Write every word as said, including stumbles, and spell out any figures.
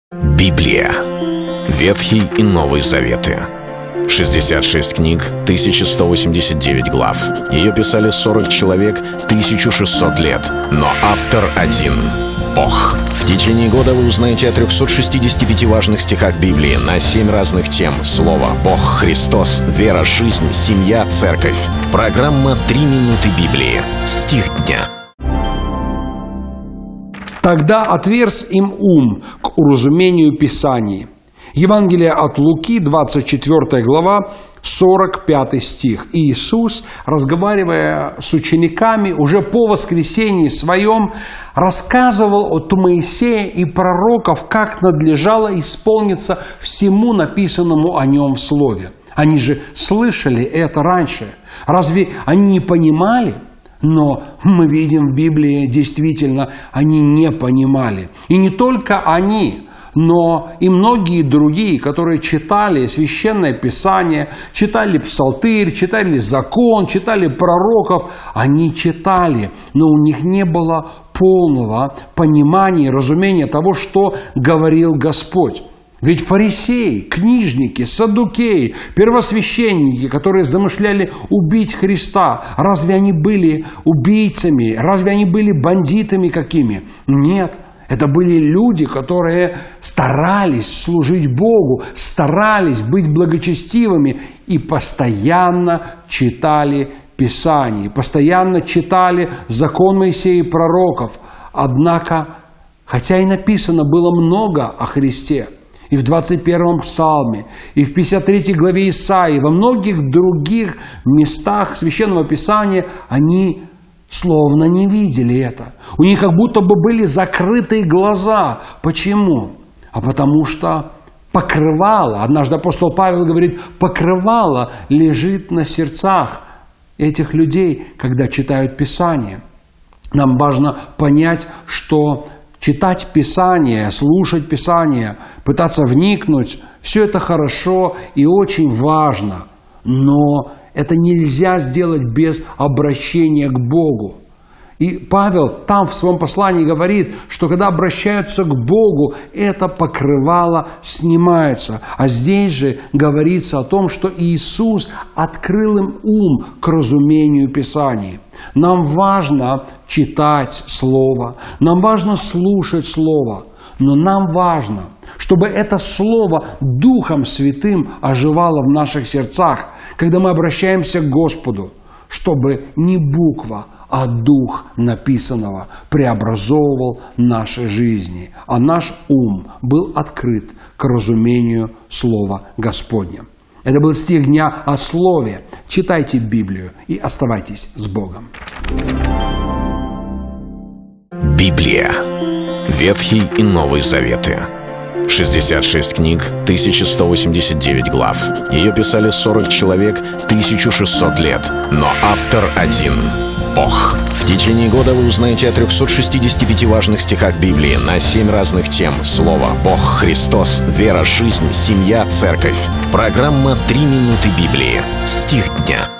Библия. Ветхий и Новый Заветы. шестьдесят шесть книг, тысяча сто восемьдесят девять глав. Ее писали сорок человек, тысяча шестьсот лет. Но автор один — Бог. В течение года вы узнаете о трёхстах шестидесяти пяти важных стихах Библии на семь разных тем. Слово, Бог, Христос, вера, жизнь, семья, церковь. Программа «Три минуты Библии». Стих дня. «Тогда отверз им ум к уразумению Писаний». Евангелие от Луки, двадцать четвёртая глава, сорок пятый стих. Иисус, разговаривая с учениками, уже по воскресении своем, рассказывал от Моисея и пророков, как надлежало исполниться всему написанному о нем в Слове. Они же слышали это раньше. Разве они не понимали? Но мы видим в Библии, действительно, они не понимали. И не только они, но и многие другие, которые читали Священное Писание, читали Псалтырь, читали Закон, читали пророков, они читали, но у них не было полного понимания и разумения того, что говорил Господь. Ведь фарисеи, книжники, саддукеи, первосвященники, которые замышляли убить Христа, разве они были убийцами? Разве они были бандитами какими? Нет. Это были люди, которые старались служить Богу, старались быть благочестивыми и постоянно читали Писание, постоянно читали закон Моисея и пророков. Однако, хотя и написано было много о Христе, и в двадцать первом псалме, и в пятьдесят третьей главе Исаии, во многих других местах Священного Писания они словно не видели это. У них как будто бы были закрытые глаза. Почему? А потому что покрывало, однажды апостол Павел говорит, покрывало лежит на сердцах этих людей, когда читают Писание. Нам важно понять, что читать Писание, слушать Писание, пытаться вникнуть, все это хорошо и очень важно, но это нельзя сделать без обращения к Богу. И Павел там в своем послании говорит, что когда обращаются к Богу, это покрывало снимается. А здесь же говорится о том, что Иисус открыл им ум к разумению Писаний. Нам важно читать Слово, нам важно слушать Слово, но нам важно, чтобы это Слово Духом Святым оживало в наших сердцах, когда мы обращаемся к Господу, чтобы не буква, а Дух написанного преобразовывал наши жизни, а наш ум был открыт к разумению Слова Господня. Это был стих дня о Слове. Читайте Библию и оставайтесь с Богом. Библия. Ветхий и Новый Заветы. шестьдесят шесть книг, тысяча сто восемьдесят девять глав. Ее писали сорок человек, тысяча шестьсот лет. Но автор один — Бог. В течение года вы узнаете о трёхстах шестидесяти пяти важных стихах Библии на семь разных тем. Слово, Бог, Христос, вера, жизнь, семья, церковь. Программа «Три минуты Библии». Стих дня.